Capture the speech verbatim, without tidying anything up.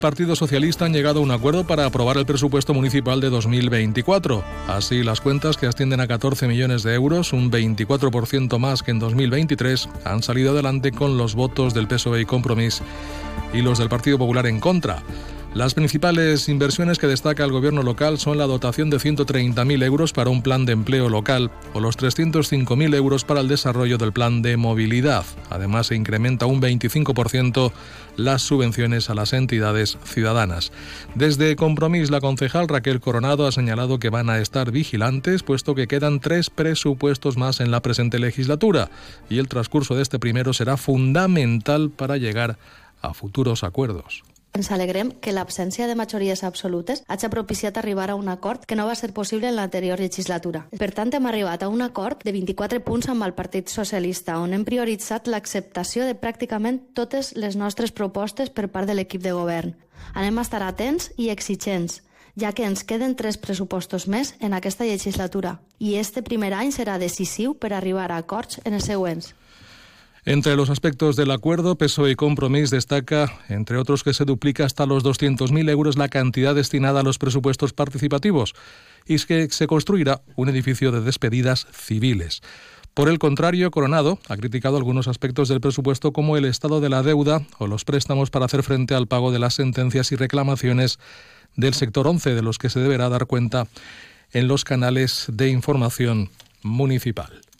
Partido Socialista han llegado a un acuerdo para aprobar el presupuesto municipal de dos mil veinticuatro. Así, las cuentas, que ascienden a catorce millones de euros, un veinticuatro por ciento más que en dos mil veintitrés, han salido adelante con los votos del P S O E y Compromís y los del Partido Popular en contra. Las principales inversiones que destaca el gobierno local son la dotación de ciento treinta mil euros para un plan de empleo local o los trescientos cinco mil euros para el desarrollo del plan de movilidad. Además, se incrementa un veinticinco por ciento las subvenciones a las entidades ciudadanas. Desde Compromís, la concejal Raquel Coronado ha señalado que van a estar vigilantes, puesto que quedan tres presupuestos más en la presente legislatura y el transcurso de este primero será fundamental para llegar a futuros acuerdos. Ens alegrem que l'absència de majories absolutes hagi propiciat arribar a un acord que no va ser possible en l'anterior legislatura. Per tant, hem arribat a un acord de vint-i-quatre punts amb el Partit Socialista, on hem prioritzat l'acceptació de pràcticament totes les nostres propostes per part de l'equip de govern. Anem a estar atents i exigents, ja que ens queden tres pressupostos més en aquesta legislatura, i este primer any serà decisiu per arribar a acords en els següents. Entre los aspectos del acuerdo, P S O E y Compromís destaca, entre otros, que se duplica hasta los doscientos mil euros la cantidad destinada a los presupuestos participativos y que se construirá un edificio de despedidas civiles. Por el contrario, Coronado ha criticado algunos aspectos del presupuesto, como el estado de la deuda o los préstamos para hacer frente al pago de las sentencias y reclamaciones del sector once, de los que se deberá dar cuenta en los canales de información municipal.